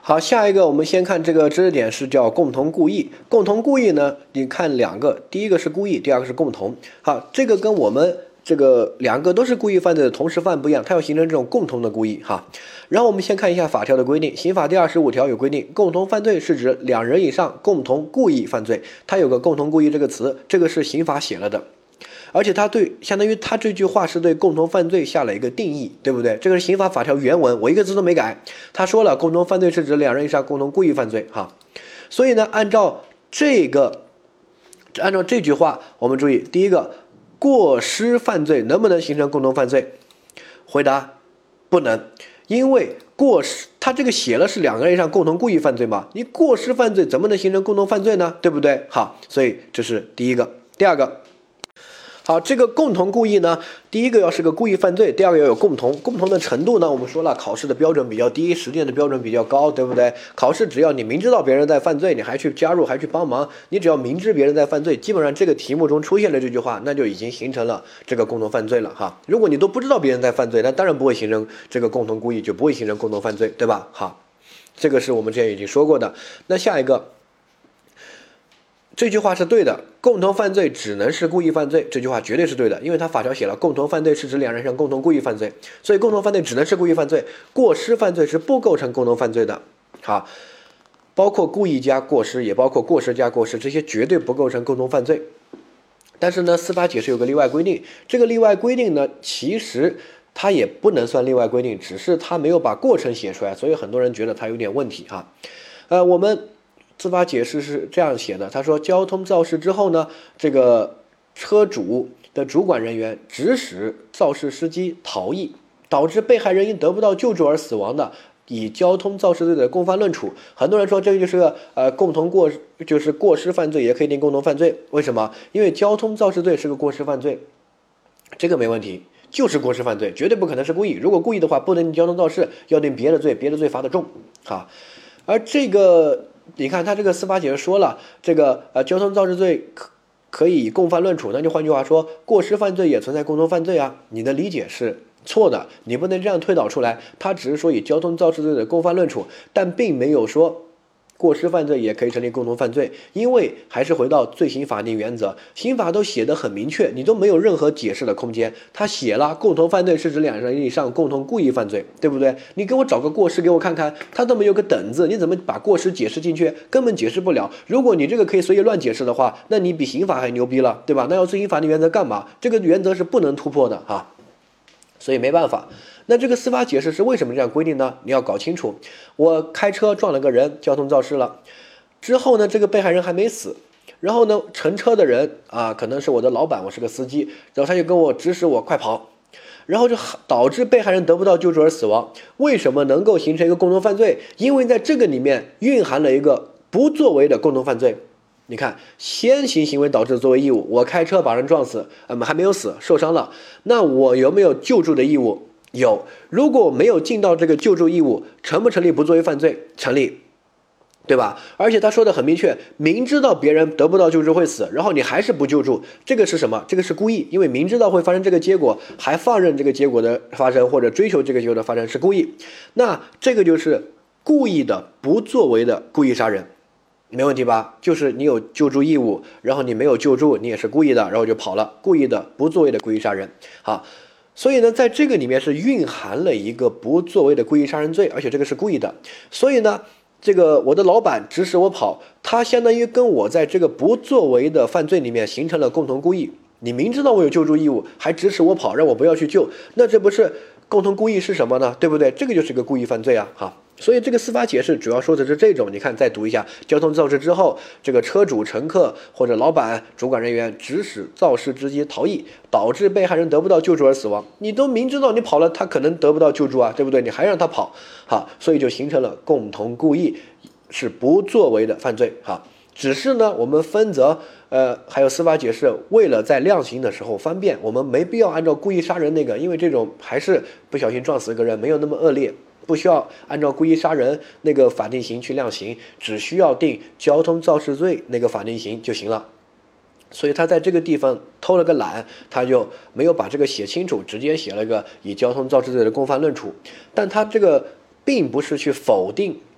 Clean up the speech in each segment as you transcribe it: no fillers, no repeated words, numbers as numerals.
好，下一个我们先看这个知识点是叫共同故意。共同故意呢，你看两个，第一个是故意，第二个是共同。好，这个跟我们这个两个都是故意犯罪的同时犯不一样，它要形成这种共同的故意哈。然后我们先看一下法条的规定，刑法第25条有规定，共同犯罪是指2人以上共同故意犯罪，它有个共同故意这个词，这个是刑法写了的。而且他相当于他这句话是对共同犯罪下了一个定义，对不对？这个是刑法法条原文，我一个字都没改。他说了，共同犯罪是指2人以上共同故意犯罪，哈。所以呢，按照这句话，我们注意，第一个，过失犯罪能不能形成共同犯罪？回答，不能，因为过失，他这个写了是2个人以上共同故意犯罪嘛，你过失犯罪怎么能形成共同犯罪呢？对不对？好，所以这是第一个。第二个。好，这个共同故意呢，第一个要是个故意犯罪，第二个要有共同的程度呢，我们说了，考试的标准比较低，实践的标准比较高，对不对？考试只要你明知道别人在犯罪，你还去加入，还去帮忙，你只要明知别人在犯罪，基本上这个题目中出现了这句话，那就已经形成了这个共同犯罪了哈。如果你都不知道别人在犯罪，那当然不会形成这个共同故意，就不会形成共同犯罪，对吧？好，这个是我们之前已经说过的。那下一个。这句话是对的，共同犯罪只能是故意犯罪，这句话绝对是对的，因为他法条写了，共同犯罪是指2人以上共同故意犯罪，所以共同犯罪只能是故意犯罪，过失犯罪是不构成共同犯罪的。好，包括故意加过失，也包括过失加过失，这些绝对不构成共同犯罪。但是呢，司法解释有个例外规定，这个例外规定呢，其实它也不能算例外规定，只是他没有把过程写出来，所以很多人觉得它有点问题哈。我们司法解释是这样写的，他说交通肇事之后呢，这个车主的主管人员指使肇事司机逃逸，导致被害人因得不到救助而死亡的，以交通肇事罪的共犯论处。很多人说这个就是个就是过失犯罪，也可以定共同犯罪。为什么？因为交通肇事罪是个过失犯罪，这个没问题，就是过失犯罪，绝对不可能是故意。如果故意的话，不能定交通肇事，要定别的罪，别的罪罚得重。好，而这个。你看他这个司法解释说了，这个交通肇事罪可以共犯论处，那就换句话说，过失犯罪也存在共同犯罪啊。你的理解是错的，你不能这样推导出来。他只是说以交通肇事罪的共犯论处，但并没有说过失犯罪也可以成立共同犯罪，因为还是回到罪刑法定原则，刑法都写得很明确，你都没有任何解释的空间。他写了共同犯罪是指2人以上共同故意犯罪，对不对？你给我找个过失给我看看，他都没有个等字，你怎么把过失解释进去？根本解释不了。如果你这个可以随意乱解释的话，那你比刑法还牛逼了，对吧？那要罪刑法定原则干嘛？这个原则是不能突破的哈，所以没办法。那这个司法解释是为什么这样规定呢？你要搞清楚，我开车撞了个人，交通肇事了，之后呢，这个被害人还没死，然后呢，乘车的人啊，可能是我的老板，我是个司机，然后他就跟我指使我快跑，然后就导致被害人得不到救助而死亡。为什么能够形成一个共同犯罪？因为在这个里面蕴含了一个不作为的共同犯罪。你看，先行行为导致作为义务，我开车把人撞死，还没有死，受伤了，那我有没有救助的义务？有。如果没有尽到这个救助义务，成不成立不作为犯罪？成立，对吧？而且他说的很明确，明知道别人得不到救助会死，然后你还是不救助，这个是什么？这个是故意，因为明知道会发生这个结果，还放任这个结果的发生，或者追求这个结果的发生，是故意。那这个就是故意的不作为的故意杀人。没问题吧？就是你有救助义务，然后你没有救助，你也是故意的，然后就跑了，故意的不作为的故意杀人。好，所以呢，在这个里面是蕴含了一个不作为的故意杀人罪，而且这个是故意的。所以呢，这个我的老板指使我跑，他相当于跟我在这个不作为的犯罪里面形成了共同故意。你明知道我有救助义务，还指使我跑，让我不要去救，那这不是共同故意是什么呢？对不对？这个就是个故意犯罪啊！哈。所以这个司法解释主要说的是这种，你看再读一下，交通肇事之后，这个车主、乘客或者老板、主管人员指使肇事司机逃逸，导致被害人得不到救助而死亡。你都明知道你跑了，他可能得不到救助啊，对不对？你还让他跑，好，所以就形成了共同故意，是不作为的犯罪。好，只是呢，我们分则还有司法解释，为了在量刑的时候方便，我们没必要按照故意杀人那个，因为这种还是不小心撞死一个人，没有那么恶劣。不需要按照故意杀人那个法定刑去量刑，只需要定交通肇事罪那个法定刑就行了。所以他在这个地方偷了个懒，他就没有把这个写清楚，直接写了个以交通肇事罪的共犯论处。但他这个并不是去否定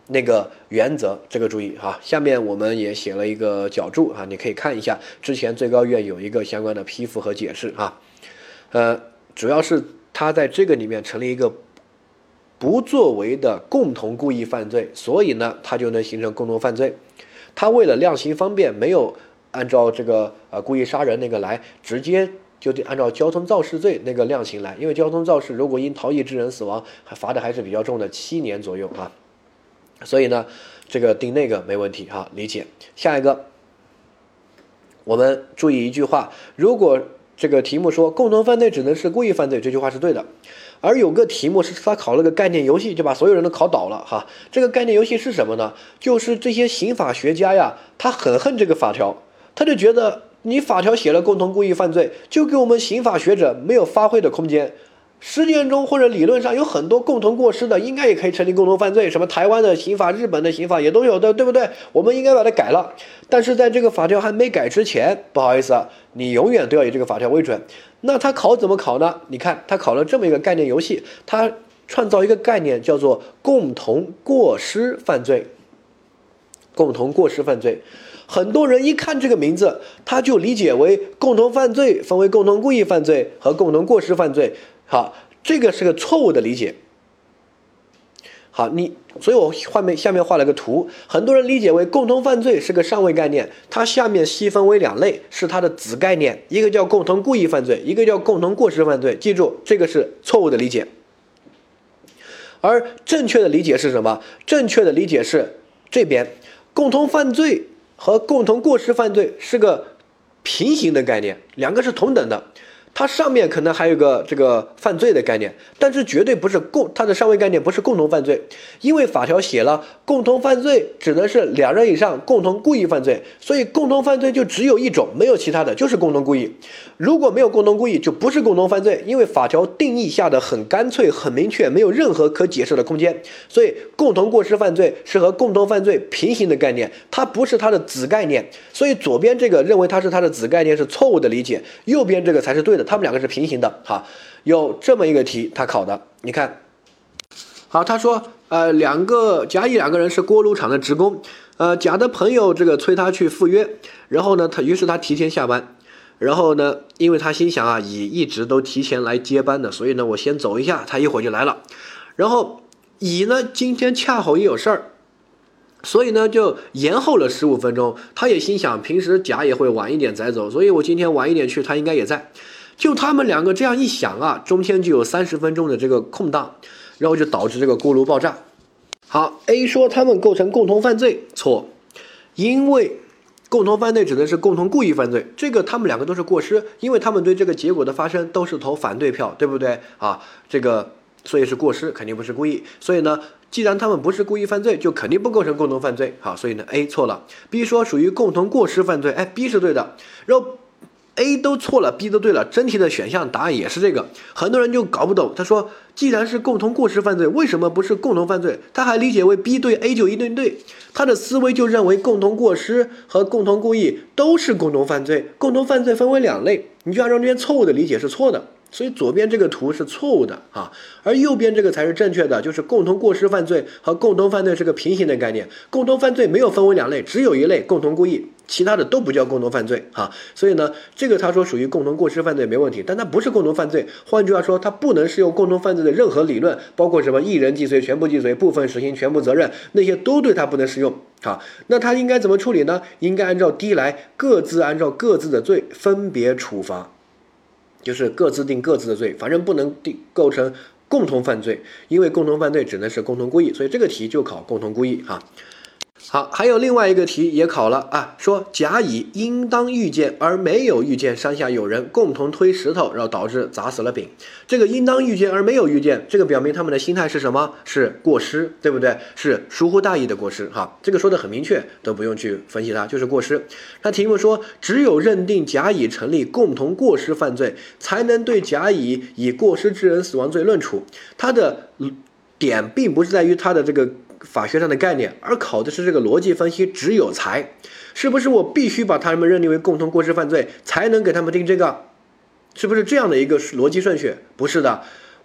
那个原则，这个注意哈。下面我们也写了一个脚注啊，你可以看一下，之前最高院有一个相关的批复和解释啊。主要是他在这个里面成立一个不作为的共同故意犯罪，所以呢，他就能形成共同犯罪。他为了量刑方便，没有按照这个故意杀人那个来，直接就得按照交通肇事罪那个量刑来，因为交通肇事如果因逃逸致人死亡，罚的还是比较重的，7年左右啊。所以呢，这个定那个没问题哈，理解。下一个，我们注意一句话，如果这个题目说共同犯罪只能是故意犯罪，这句话是对的。而有个题目是他考了个概念游戏，就把所有人都考倒了哈。这个概念游戏是什么呢？就是这些刑法学家呀，他很恨这个法条，他就觉得你法条写了共同故意犯罪，就给我们刑法学者没有发挥的空间。实践中或者理论上有很多共同过失的，应该也可以成立共同犯罪，什么台湾的刑法、日本的刑法也都有的，对不对？我们应该把它改了。但是在这个法条还没改之前，不好意思啊，你永远都要以这个法条为准。那他考怎么考呢？你看他考了这么一个概念游戏，他创造一个概念叫做共同过失犯罪。共同过失犯罪，很多人一看这个名字，他就理解为共同犯罪分为共同故意犯罪和共同过失犯罪。好，这个是个错误的理解。好，所以我下面画了个图，很多人理解为共同犯罪是个上位概念，它下面细分为2类，是它的子概念，一个叫共同故意犯罪，一个叫共同过失犯罪。记住，这个是错误的理解。而正确的理解是什么？正确的理解是这边，共同犯罪和共同过失犯罪是个平行的概念，两个是同等的。它上面可能还有个这个犯罪的概念，但是绝对不是它的上位概念不是共同犯罪，因为法条写了共同犯罪只能是2人以上共同故意犯罪，所以共同犯罪就只有一种，没有其他的，就是共同故意。如果没有共同故意，就不是共同犯罪，因为法条定义下的很干脆、很明确，没有任何可解释的空间。所以共同过失犯罪是和共同犯罪平行的概念，它不是它的子概念。所以左边这个认为它是它的子概念是错误的理解，右边这个才是对的。他们2个是平行的。好，有这么一个题他考的，你看好，他说甲乙2个人是锅炉厂的职工，甲的朋友这个催他去赴约，然后呢于是他提前下班，然后呢因为他心想啊，乙一直都提前来接班的，所以呢我先走一下，他一会儿就来了。然后乙呢今天恰好也有事儿，所以呢就延后了15分钟，他也心想平时甲也会晚一点才走，所以我今天晚一点去他应该也在。就他们2个这样一想啊，中间就有30分钟的这个空档，然后就导致这个锅炉爆炸。好 ，A 说他们构成共同犯罪，错，因为共同犯罪只能是共同故意犯罪，这个他们2个都是过失，因为他们对这个结果的发生都是投反对票，对不对啊？这个所以是过失，肯定不是故意。所以呢，既然他们不是故意犯罪，就肯定不构成共同犯罪。好，所以呢 A 错了。B 说属于共同过失犯罪，哎 ，B 是对的。然后A 都错了 ，B 都对了，真题的选项答案也是这个。很多人就搞不懂，他说既然是共同过失犯罪，为什么不是共同犯罪？他还理解为 B 对 A 就一定对，他的思维就认为共同过失和共同故意都是共同犯罪，共同犯罪分为2类，你就按照这边错误的理解是错的。所以左边这个图是错误的啊，而右边这个才是正确的，就是共同过失犯罪和共同犯罪是个平行的概念，共同犯罪没有分为2类，只有一类共同故意，其他的都不叫共同犯罪啊。所以呢，这个他说属于共同过失犯罪没问题，但它不是共同犯罪。换句话说，它不能适用共同犯罪的任何理论，包括什么一人既遂、全部既遂、部分实行、全部责任，那些都对它不能适用。好，那他应该怎么处理呢？应该按照D来，各自按照各自的罪分别处罚。就是各自定各自的罪，反正不能构成共同犯罪，因为共同犯罪只能是共同故意，所以这个题就考共同故意啊。好，还有另外一个题也考了啊，说甲乙应当预见而没有预见山下有人，共同推石头，然后导致砸死了丙。这个应当预见而没有预见，这个表明他们的心态是什么？是过失，对不对？是疏忽大意的过失哈。这个说的很明确，都不用去分析它，就是过失。那题目说，只有认定甲乙成立共同过失犯罪，才能对甲乙以过失致人死亡罪论处。它的点并不是在于它的这个法学上的概念，而考的是这个逻辑分析，只有才，是不是我必须把他们认定为共同过失犯罪才能给他们定这个？是不是这样的一个逻辑顺序？不是的，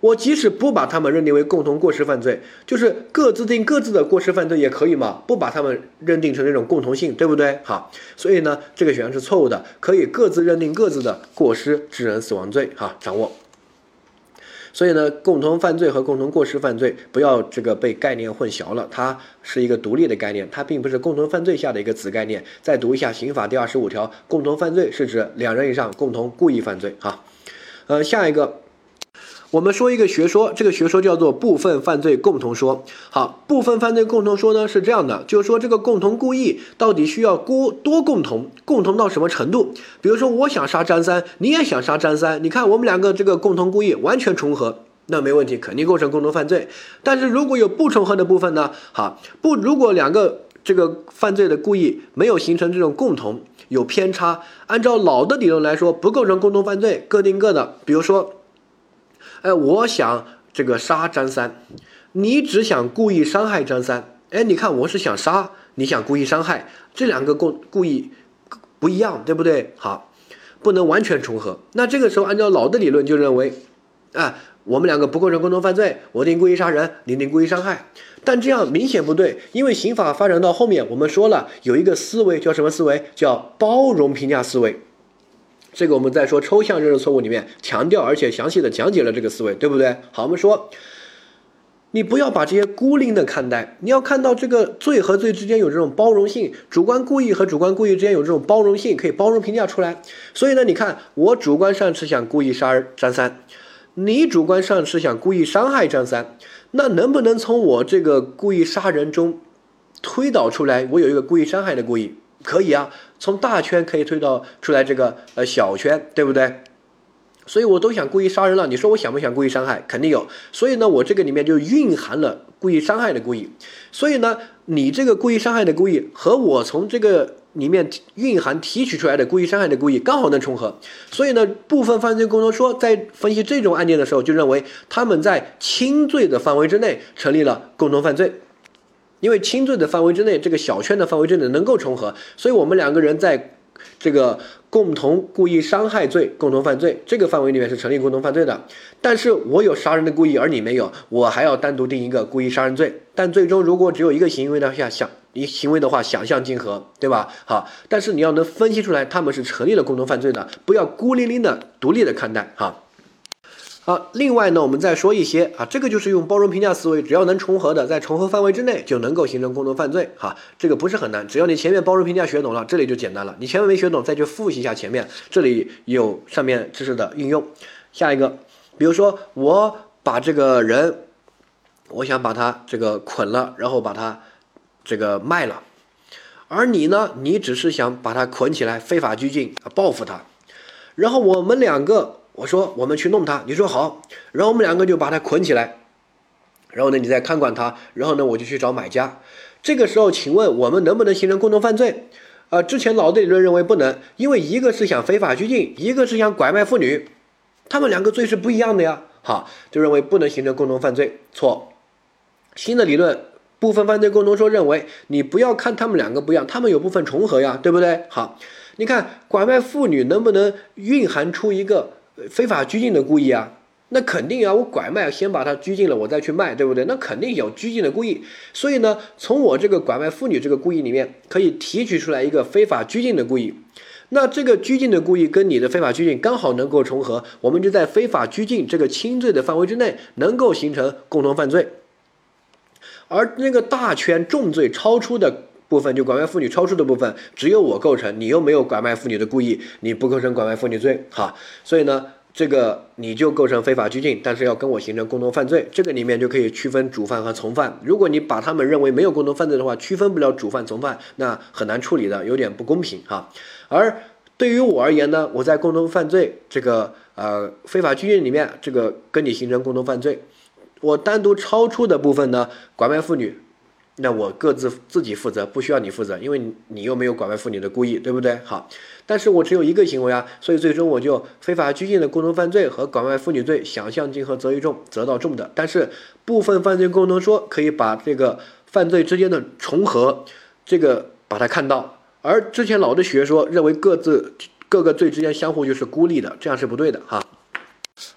我即使不把他们认定为共同过失犯罪，就是各自定各自的过失犯罪也可以嘛，不把他们认定成这种共同性，对不对？好，所以呢，这个选项是错误的，可以各自认定各自的过失致人死亡罪，掌握。所以呢，共同犯罪和共同过失犯罪不要这个被概念混淆了，它是一个独立的概念，它并不是共同犯罪下的一个子概念。再读一下刑法第25条，共同犯罪是指2人以上共同故意犯罪。下一个。我们说一个学说，这个学说叫做部分犯罪共同说。好，部分犯罪共同说呢是这样的，就是说这个共同故意到底需要多共同，共同到什么程度？比如说我想杀张三，你也想杀张三，你看我们两个这个共同故意完全重合，那没问题，肯定构成共同犯罪。但是如果有不重合的部分呢？如果两个这个犯罪的故意没有形成这种共同，有偏差，按照老的理论来说，不构成共同犯罪，各定各的。比如说我想这个杀张三，你只想故意伤害张三。你看我是想杀，你想故意伤害，这两个故意不一样，对不对？好，不能完全重合。那这个时候按照老的理论就认为，我们两个不构成共同犯罪，我定故意杀人，你定故意伤害。但这样明显不对，因为刑法发展到后面，我们说了有一个思维叫什么思维？叫包容评价思维。这个我们在说抽象认识错误里面强调而且详细的讲解了这个思维，对不对？好，我们说你不要把这些孤零的看待，你要看到这个罪和罪之间有这种包容性，主观故意和主观故意之间有这种包容性，可以包容评价出来。所以呢，你看我主观上是想故意杀张三，你主观上是想故意伤害张三，那能不能从我这个故意杀人中推导出来我有一个故意伤害的故意？可以啊，从大圈可以推导出来这个小圈，对不对？所以我都想故意杀人了，你说我想不想故意伤害？肯定有。所以呢，我这个里面就蕴含了故意伤害的故意。所以呢，你这个故意伤害的故意和我从这个里面蕴含提取出来的故意伤害的故意刚好能重合。所以呢，部分犯罪共同说在分析这种案件的时候，就认为他们在轻罪的范围之内成立了共同犯罪。因为轻罪的范围之内，这个小圈的范围之内能够重合，所以我们两个人在这个共同故意伤害罪共同犯罪这个范围里面是成立共同犯罪的。但是我有杀人的故意，而你没有，我还要单独定一个故意杀人罪。但最终如果只有一个行为的话，想象竞合，对吧？好，但是你要能分析出来他们是成立了共同犯罪的，不要孤零零的独立的看待。另外呢，我们再说一些这个就是用包容评价思维，只要能重合的，在重合范围之内就能够形成共同犯罪。这个不是很难，只要你前面包容评价学懂了，这里就简单了。你前面没学懂，再去复习一下前面，这里有上面知识的运用。下一个，比如说我把这个人，我想把他这个捆了，然后把他这个卖了，而你呢，你只是想把他捆起来，非法拘禁，报复他，然后我们两个。我说我们去弄他，你说好，然后我们两个就把他捆起来，然后呢你再看管他，然后呢我就去找买家。这个时候请问我们能不能形成共同犯罪？之前老的理论认为不能，因为一个是想非法拘禁，一个是想拐卖妇女，他们两个罪是不一样的呀。就认为不能形成共同犯罪，错。新的理论部分犯罪共同说认为你不要看他们两个不一样，他们有部分重合呀，对不对？好，你看拐卖妇女能不能蕴含出一个非法拘禁的故意啊？那肯定啊，我拐卖先把他拘禁了，我再去卖，对不对？那肯定有拘禁的故意。所以呢，从我这个拐卖妇女这个故意里面，可以提取出来一个非法拘禁的故意。那这个拘禁的故意跟你的非法拘禁刚好能够重合，我们就在非法拘禁这个轻罪的范围之内，能够形成共同犯罪。而那个大圈重罪超出的部分，就拐卖妇女超出的部分，只有我构成，你又没有拐卖妇女的故意，你不构成拐卖妇女罪。所以呢，这个你就构成非法拘禁，但是要跟我形成共同犯罪。这个里面就可以区分主犯和从犯。如果你把他们认为没有共同犯罪的话，区分不了主犯从犯，那很难处理的，有点不公平。而对于我而言呢，我在共同犯罪这个非法拘禁里面，这个跟你形成共同犯罪。我单独超出的部分呢，拐卖妇女，那我各自己负责，不需要你负责，因为你又没有拐卖妇女的故意，对不对？好，但是我只有一个行为啊，所以最终我就非法拘禁的共同犯罪和拐卖妇女罪想象竞合择一重，择到重的。但是部分犯罪共同说可以把这个犯罪之间的重合，这个把它看到，而之前老的学说认为各个罪之间相互就是孤立的，这样是不对的。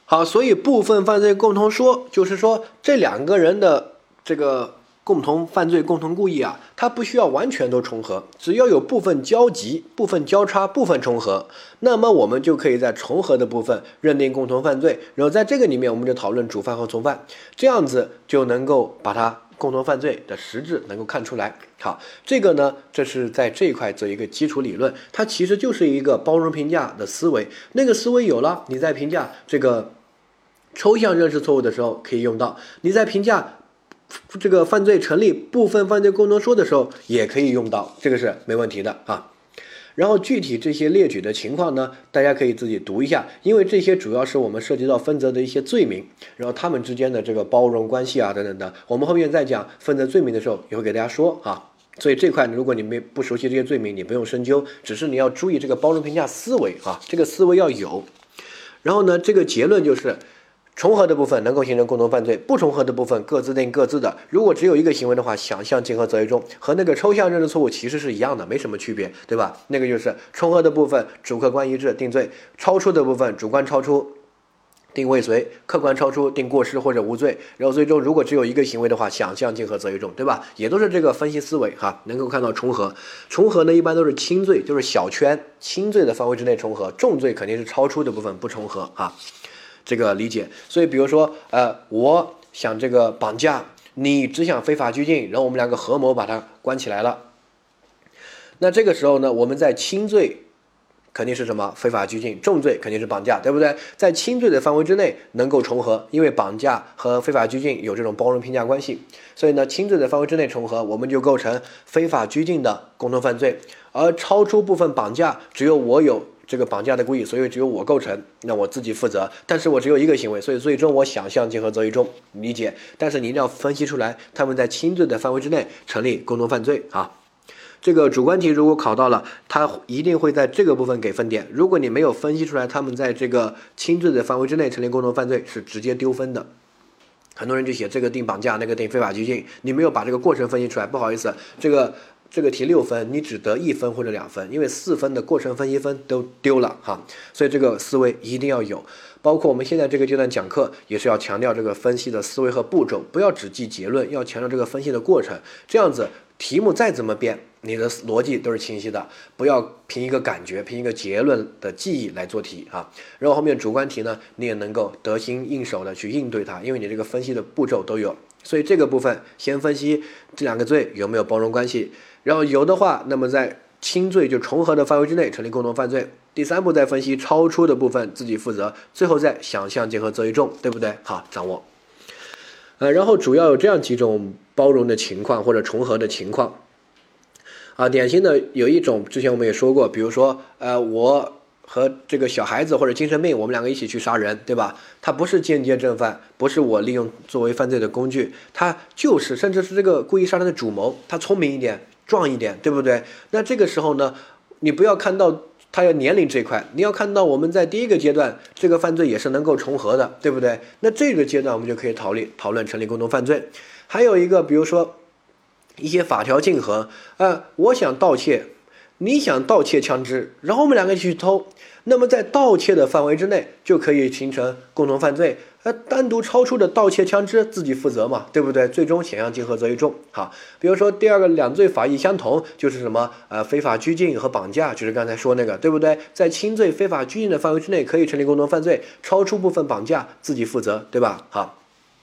好，所以部分犯罪共同说就是说这两个人的这个共同犯罪、共同故意啊，它不需要完全都重合，只要有部分交集、部分交叉、部分重合，那么我们就可以在重合的部分认定共同犯罪，然后在这个里面我们就讨论主犯和从犯，这样子就能够把它共同犯罪的实质能够看出来。好，这个呢，这是在这一块做一个基础理论，它其实就是一个包容评价的思维。那个思维有了，你在评价这个抽象认识错误的时候可以用到，你在评价这个犯罪成立部分犯罪共同说的时候也可以用到，这个是没问题的啊。然后具体这些列举的情况呢，大家可以自己读一下，因为这些主要是我们涉及到分则的一些罪名，然后他们之间的这个包容关系啊等等的，我们后面再讲分则罪名的时候也会给大家说啊。所以这块如果你们不熟悉这些罪名，你不用深究，只是你要注意这个包容评价思维啊，这个思维要有。然后呢，这个结论就是重合的部分能够形成共同犯罪，不重合的部分各自定各自的。如果只有一个行为的话，想象竞合择一重，和那个抽象认知错误其实是一样的，没什么区别，对吧？那个就是重合的部分主客观一致定罪，超出的部分主观超出定未遂，客观超出定过失或者无罪。然后最终如果只有一个行为的话，想象竞合择一重，对吧？也都是这个分析思维哈，能够看到重合。重合呢一般都是轻罪，就是小圈轻罪的范围之内重合，重罪肯定是超出的部分不重合啊。这个理解，所以比如说，我想这个绑架，你只想非法拘禁，然后我们两个合谋把他关起来了。那这个时候呢，我们在轻罪肯定是什么？非法拘禁，重罪肯定是绑架，对不对？在轻罪的范围之内能够重合，因为绑架和非法拘禁有这种包容评价关系，所以呢，轻罪的范围之内重合，我们就构成非法拘禁的共同犯罪，而超出部分绑架，只有我有这个绑架的故意，所以只有我构成，那我自己负责。但是我只有一个行为，所以最终我想象竞合择一重，理解。但是你一定要分析出来，他们在轻罪的范围之内成立共同犯罪啊。这个主观题如果考到了，它一定会在这个部分给分点。如果你没有分析出来，他们在这个轻罪的范围之内成立共同犯罪，是直接丢分的。很多人就写这个定绑架，那个定非法拘禁，你没有把这个过程分析出来，不好意思，这个题6分，你只得1分或者2分，因为4分的过程分析分都丢了哈。所以这个思维一定要有，包括我们现在这个阶段讲课也是要强调这个分析的思维和步骤，不要只记结论，要强调这个分析的过程，这样子题目再怎么变，你的逻辑都是清晰的，不要凭一个感觉、凭一个结论的记忆来做题啊。然后后面主观题呢，你也能够得心应手的去应对它，因为你这个分析的步骤都有。所以这个部分先分析这两个罪有没有包容关系，然后有的话，那么在轻罪就重合的范围之内成立共同犯罪。第3步再分析超出的部分自己负责，最后再想象竞合择一重，对不对？好，掌握。然后主要有这样几种包容的情况或者重合的情况啊，典型的有一种之前我们也说过，比如说我和这个小孩子或者精神病，我们两个一起去杀人，对吧？他不是间接正犯，不是我利用作为犯罪的工具，他就是甚至是这个故意杀人的主谋，他聪明一点壮一点，对不对？那这个时候呢，你不要看到他要年龄这块，你要看到我们在第一个阶段这个犯罪也是能够重合的，对不对？那这个阶段我们就可以讨论成立共同犯罪。还有一个比如说一些法条竞合，我想盗窃，你想盗窃枪支，然后我们两个去偷，那么在盗窃的范围之内就可以形成共同犯罪。单独超出的盗窃枪支自己负责嘛，对不对？最终想象竞合择一重。好，比如说第二个两罪法益相同，就是什么非法拘禁和绑架，就是刚才说那个，对不对？在轻罪非法拘禁的范围之内可以成立共同犯罪，超出部分绑架自己负责，对吧？好。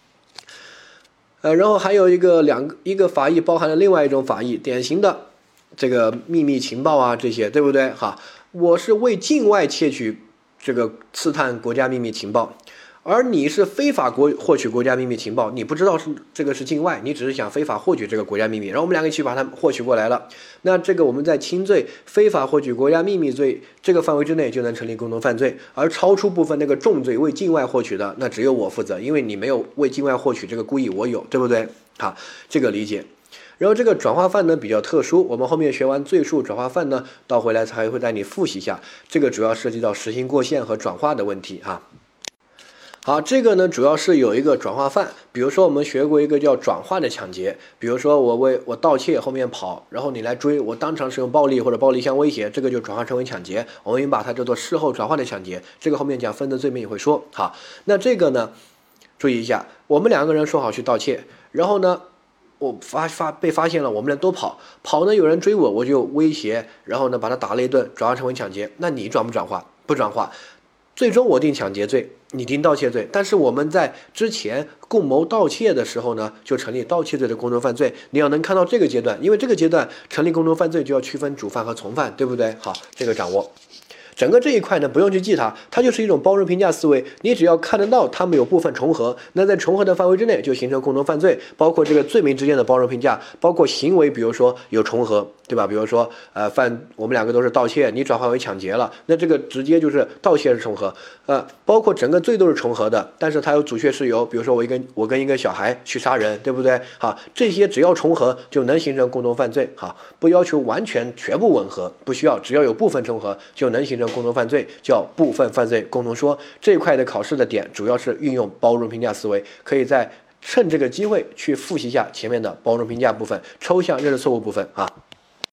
然后还有一个法益包含了另外一种法益，典型的这个秘密情报啊这些，对不对？好，我是为境外窃取这个刺探国家秘密情报，而你是非法获取国家秘密情报，你不知道这个是境外，你只是想非法获取这个国家秘密，然后我们两个一起把它获取过来了。那这个我们在轻罪非法获取国家秘密罪这个范围之内就能成立共同犯罪，而超出部分那个重罪为境外获取的，那只有我负责，因为你没有为境外获取这个故意，我有，对不对？好，这个理解。然后这个转化犯呢比较特殊，我们后面学完罪数转化犯呢，倒回来才会带你复习一下，这个主要涉及到实行过限和转化的问题哈。 好，这个呢主要是有一个转化犯，比如说我们学过一个叫转化的抢劫，比如说我盗窃后面跑，然后你来追，我当场使用暴力或者暴力相威胁，这个就转化成为抢劫，我们把它叫做事后转化的抢劫，这个后面讲分的罪名也会说。好，那这个呢，注意一下，我们两个人说好去盗窃，然后呢，我被发现了，我们俩都跑呢，有人追我，我就威胁，然后呢把他打了一顿，转化成为抢劫，那你转不转化？不转化。最终我定抢劫罪，你定盗窃罪，但是我们在之前共谋盗窃的时候呢，就成立盗窃罪的共同犯罪。你要能看到这个阶段，因为这个阶段成立共同犯罪就要区分主犯和从犯，对不对？好，这个掌握。整个这一块呢，不用去记它就是一种包容评价思维。你只要看得到它们有部分重合，那在重合的范围之内就形成共同犯罪，包括这个罪名之间的包容评价，包括行为，比如说有重合，对吧？比如说我们两个都是盗窃，你转化为抢劫了，那这个直接就是盗窃是重合。包括整个罪都是重合的，但是它有阻却事由，比如说我跟一个小孩去杀人，对不对？好，这些只要重合就能形成共同犯罪。好，不要求完全全部吻合，不需要，只要有部分重合就能形成共同犯罪，叫部分犯罪共同说。这一块的考试的点主要是运用包容评价思维，可以趁这个机会去复习一下前面的包容评价部分、抽象认识错误部分啊。